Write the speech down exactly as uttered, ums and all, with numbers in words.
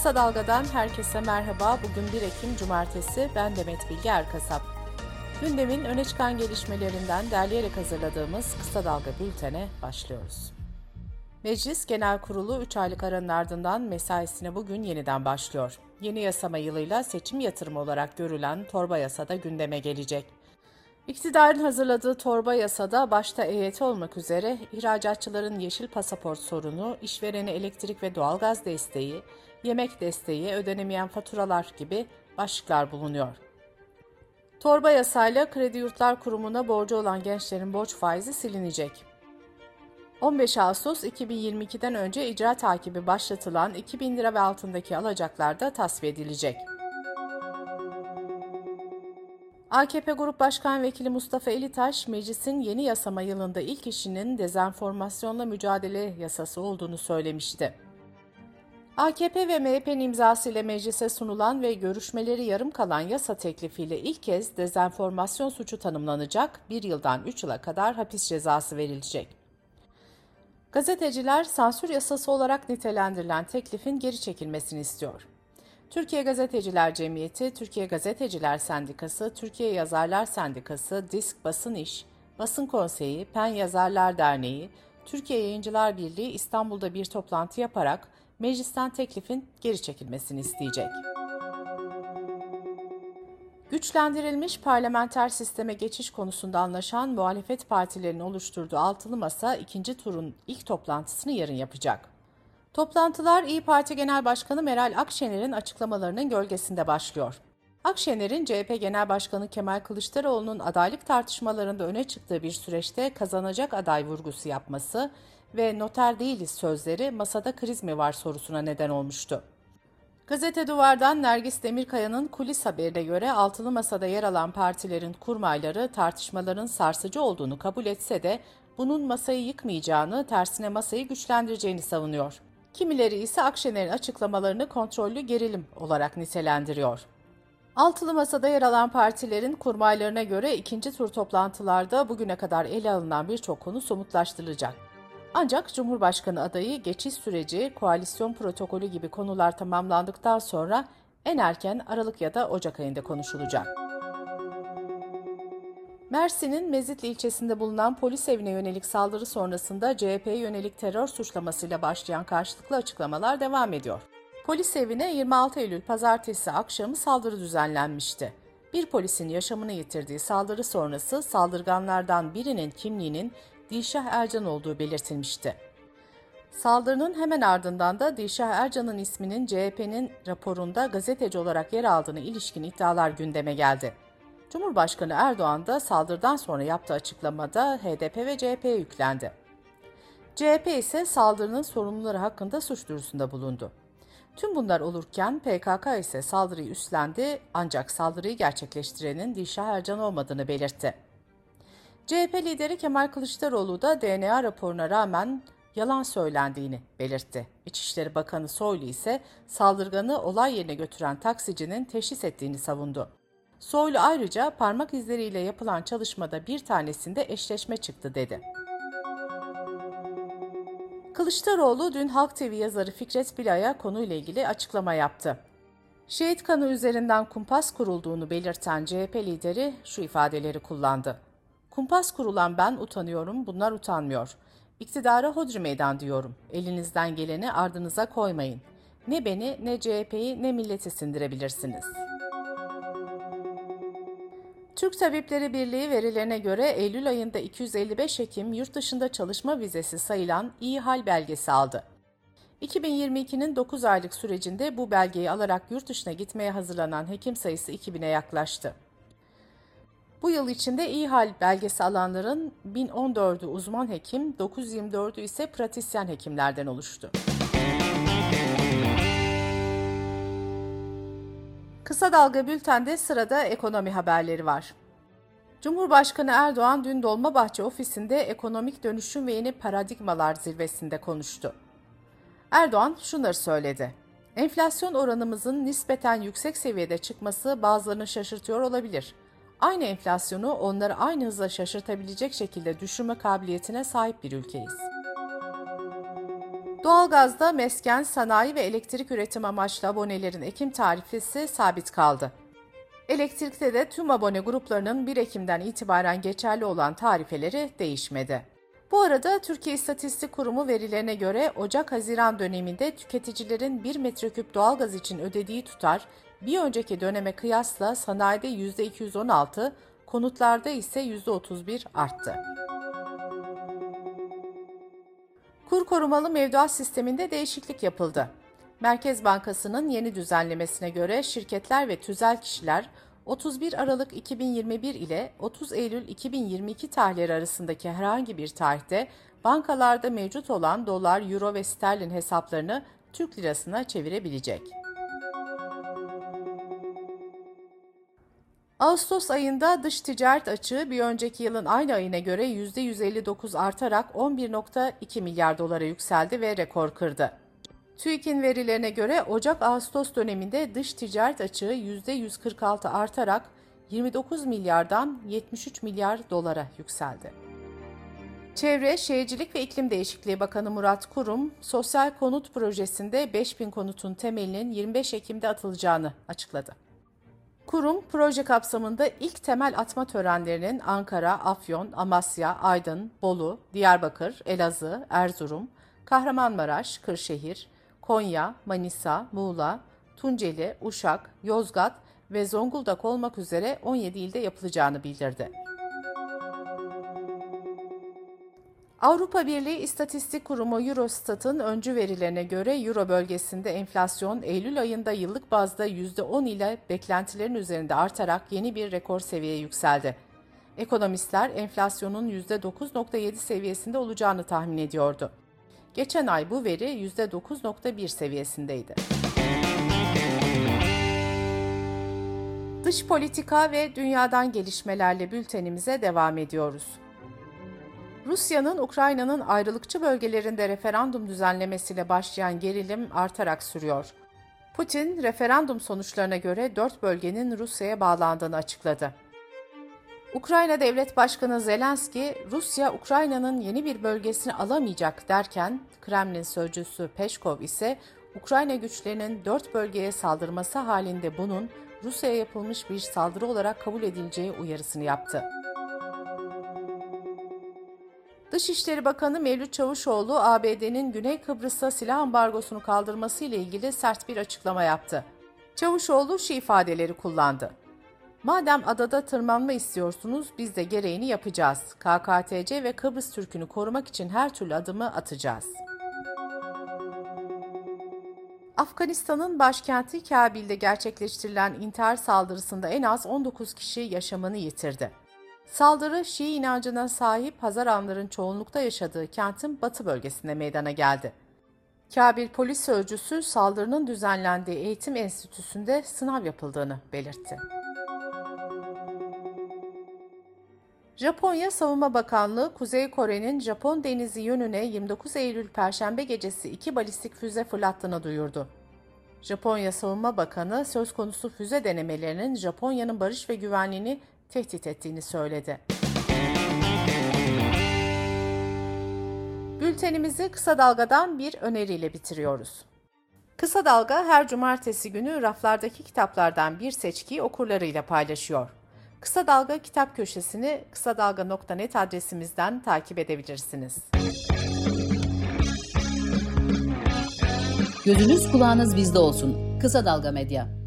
Kısa Dalga'dan herkese merhaba. Bugün bir Ekim Cumartesi. Ben Demet Bilge Erkasap. Gündemin öne çıkan gelişmelerinden derleyerek hazırladığımız Kısa Dalga bültene başlıyoruz. Meclis Genel Kurulu üç aylık aranın ardından mesaisine bugün yeniden başlıyor. Yeni yasama yılıyla seçim yatırımı olarak görülen torba yasada gündeme gelecek. İktidarın hazırladığı torba yasada başta E Y T olmak üzere ihracatçıların yeşil pasaport sorunu, işverene elektrik ve doğalgaz desteği, yemek desteği, ödenemeyen faturalar gibi başlıklar bulunuyor. Torba yasayla Kredi Yurtlar Kurumu'na borcu olan gençlerin borç faizi silinecek. on beş Ağustos iki bin yirmi ikiden önce icra takibi başlatılan iki bin lira ve altındaki alacaklar da tasfiye edilecek. A K P Grup Başkan Vekili Mustafa Elitaş, meclisin yeni yasama yılında ilk işinin dezenformasyonla mücadele yasası olduğunu söylemişti. A K P ve M H P'nin imzasıyla meclise sunulan ve görüşmeleri yarım kalan yasa teklifiyle ilk kez dezenformasyon suçu tanımlanacak, bir yıldan üç yıla kadar hapis cezası verilecek. Gazeteciler sansür yasası olarak nitelendirilen teklifin geri çekilmesini istiyor. Türkiye Gazeteciler Cemiyeti, Türkiye Gazeteciler Sendikası, Türkiye Yazarlar Sendikası, Disk Basın İş, Basın Konseyi, Pen Yazarlar Derneği, Türkiye Yayıncılar Birliği İstanbul'da bir toplantı yaparak meclisten teklifin geri çekilmesini isteyecek. Güçlendirilmiş parlamenter sisteme geçiş konusunda anlaşan muhalefet partilerinin oluşturduğu altılı masa ikinci turun ilk toplantısını yarın yapacak. Toplantılar İYİ Parti Genel Başkanı Meral Akşener'in açıklamalarının gölgesinde başlıyor. Akşener'in C H P Genel Başkanı Kemal Kılıçdaroğlu'nun adaylık tartışmalarında öne çıktığı bir süreçte kazanacak aday vurgusu yapması ve noter değiliz sözleri masada kriz mi var sorusuna neden olmuştu. Gazete Duvar'dan Nergis Demirkaya'nın kulis haberine göre altılı masada yer alan partilerin kurmayları tartışmaların sarsıcı olduğunu kabul etse de bunun masayı yıkmayacağını, tersine masayı güçlendireceğini savunuyor. Kimileri ise Akşener'in açıklamalarını kontrollü gerilim olarak nitelendiriyor. Altılı masada yer alan partilerin kurmaylarına göre ikinci tur toplantılarda bugüne kadar ele alınan birçok konu somutlaştırılacak. Ancak Cumhurbaşkanı adayı, geçiş süreci, koalisyon protokolü gibi konular tamamlandıktan sonra en erken Aralık ya da Ocak ayında konuşulacak. Mersin'in Mezitli ilçesinde bulunan polis evine yönelik saldırı sonrasında C H P'ye yönelik terör suçlamasıyla başlayan karşılıklı açıklamalar devam ediyor. Polis evine yirmi altı Eylül Pazartesi akşamı saldırı düzenlenmişti. Bir polisin yaşamını yitirdiği saldırı sonrası saldırganlardan birinin kimliğinin Dilşah Ercan olduğu belirtilmişti. Saldırının hemen ardından da Dilşah Ercan'ın isminin C H P'nin raporunda gazeteci olarak yer aldığına ilişkin iddialar gündeme geldi. Cumhurbaşkanı Erdoğan da saldırıdan sonra yaptığı açıklamada H D P ve C H P'ye yüklendi. C H P ise saldırının sorumluları hakkında suç duyurusunda bulundu. Tüm bunlar olurken P K K ise saldırıyı üstlendi ancak saldırıyı gerçekleştirenin Dilşah Ercan olmadığını belirtti. C H P lideri Kemal Kılıçdaroğlu da D N A raporuna rağmen yalan söylendiğini belirtti. İçişleri Bakanı Soylu ise saldırganı olay yerine götüren taksicinin teşhis ettiğini savundu. Soylu ayrıca parmak izleriyle yapılan çalışmada bir tanesinde eşleşme çıktı dedi. Kılıçdaroğlu dün Halk T V yazarı Fikret Bilay'a konuyla ilgili açıklama yaptı. Şehit kanı üzerinden kumpas kurulduğunu belirten C H P lideri şu ifadeleri kullandı. Kumpas kurulan ben utanıyorum, bunlar utanmıyor. İktidara hodri meydan diyorum. Elinizden geleni ardınıza koymayın. Ne beni, ne C H P'yi, ne milleti sindirebilirsiniz. Türk Tabipleri Birliği verilerine göre Eylül ayında iki yüz elli beş hekim yurt dışında çalışma vizesi sayılan iyi hal belgesi aldı. iki bin yirmi ikinin dokuz aylık sürecinde bu belgeyi alarak yurt dışına gitmeye hazırlanan hekim sayısı iki bine yaklaştı. Bu yıl içinde iyi hal belgesi alanların bin on dördü uzman hekim, dokuz yüz yirmi dördü ise pratisyen hekimlerden oluştu. Kısa Dalga Bülten'de sırada ekonomi haberleri var. Cumhurbaşkanı Erdoğan dün Dolmabahçe ofisinde ekonomik dönüşüm ve yeni paradigmalar zirvesinde konuştu. Erdoğan şunları söyledi. Enflasyon oranımızın nispeten yüksek seviyede çıkması bazılarını şaşırtıyor olabilir. Aynı enflasyonu onları aynı hızla şaşırtabilecek şekilde düşürme kabiliyetine sahip bir ülkeyiz. Doğalgazda mesken, sanayi ve elektrik üretim amaçlı abonelerin Ekim tarifesi sabit kaldı. Elektrikte de tüm abone gruplarının bir Ekim'den itibaren geçerli olan tarifeleri değişmedi. Bu arada Türkiye İstatistik Kurumu verilerine göre Ocak-Haziran döneminde tüketicilerin bir metreküp doğalgaz için ödediği tutar bir önceki döneme kıyasla sanayide yüzde iki yüz on altı, konutlarda ise yüzde otuz bir arttı. Kur korumalı mevduat sisteminde değişiklik yapıldı. Merkez Bankası'nın yeni düzenlemesine göre şirketler ve tüzel kişiler otuz bir Aralık iki bin yirmi bir ile otuz Eylül iki bin yirmi iki tarihleri arasındaki herhangi bir tarihte bankalarda mevcut olan dolar, euro ve sterlin hesaplarını Türk lirasına çevirebilecek. Ağustos ayında dış ticaret açığı bir önceki yılın aynı ayına göre yüzde yüz elli dokuz artarak on bir virgül iki milyar dolara yükseldi ve rekor kırdı. TÜİK'in verilerine göre Ocak-Ağustos döneminde dış ticaret açığı yüzde yüz kırk altı artarak yirmi dokuz milyardan yetmiş üç milyar dolara yükseldi. Çevre, Şehircilik ve İklim Değişikliği Bakanı Murat Kurum, sosyal konut projesinde beş bin konutun temelinin yirmi beş Ekim'de atılacağını açıkladı. Kurum, proje kapsamında ilk temel atma törenlerinin Ankara, Afyon, Amasya, Aydın, Bolu, Diyarbakır, Elazığ, Erzurum, Kahramanmaraş, Kırşehir, Konya, Manisa, Muğla, Tunceli, Uşak, Yozgat ve Zonguldak olmak üzere on yedi ilde yapılacağını bildirdi. Avrupa Birliği İstatistik Kurumu Eurostat'ın öncü verilerine göre Euro bölgesinde enflasyon Eylül ayında yıllık bazda yüzde on ile beklentilerin üzerinde artarak yeni bir rekor seviyeye yükseldi. Ekonomistler enflasyonun yüzde dokuz virgül yedi seviyesinde olacağını tahmin ediyordu. Geçen ay bu veri yüzde dokuz virgül bir seviyesindeydi. Dış politika ve dünyadan gelişmelerle bültenimize devam ediyoruz. Rusya'nın Ukrayna'nın ayrılıkçı bölgelerinde referandum düzenlemesiyle başlayan gerilim artarak sürüyor. Putin, referandum sonuçlarına göre dört bölgenin Rusya'ya bağlandığını açıkladı. Ukrayna Devlet Başkanı Zelenski, Rusya Ukrayna'nın yeni bir bölgesini alamayacak derken, Kremlin sözcüsü Peşkov ise Ukrayna güçlerinin dört bölgeye saldırması halinde bunun Rusya'ya yapılmış bir saldırı olarak kabul edileceği uyarısını yaptı. Dışişleri Bakanı Mevlüt Çavuşoğlu, A B D'nin Güney Kıbrıs'a silah ambargosunu kaldırması ile ilgili sert bir açıklama yaptı. Çavuşoğlu şu ifadeleri kullandı. Madem adada tırmanma istiyorsunuz, biz de gereğini yapacağız. K K T C ve Kıbrıs Türk'ünü korumak için her türlü adımı atacağız. Afganistan'ın başkenti Kabil'de gerçekleştirilen intihar saldırısında en az on dokuz kişi yaşamını yitirdi. Saldırı, Şii inancına sahip Hazaranların çoğunlukta yaşadığı kentin batı bölgesinde meydana geldi. Kabil polis sözcüsü saldırının düzenlendiği eğitim enstitüsünde sınav yapıldığını belirtti. Japonya Savunma Bakanlığı, Kuzey Kore'nin Japon denizi yönüne yirmi dokuz Eylül Perşembe gecesi iki balistik füze fırlattığını duyurdu. Japonya Savunma Bakanı, söz konusu füze denemelerinin Japonya'nın barış ve güvenliğini tehdit ettiğini söyledi. Bültenimizi Kısa Dalga'dan bir öneriyle bitiriyoruz. Kısa Dalga her cumartesi günü raflardaki kitaplardan bir seçkiyi okurlarıyla paylaşıyor. Kısa Dalga kitap köşesini kısadalga nokta net adresimizden takip edebilirsiniz. Gözünüz kulağınız bizde olsun. Kısa Dalga Medya.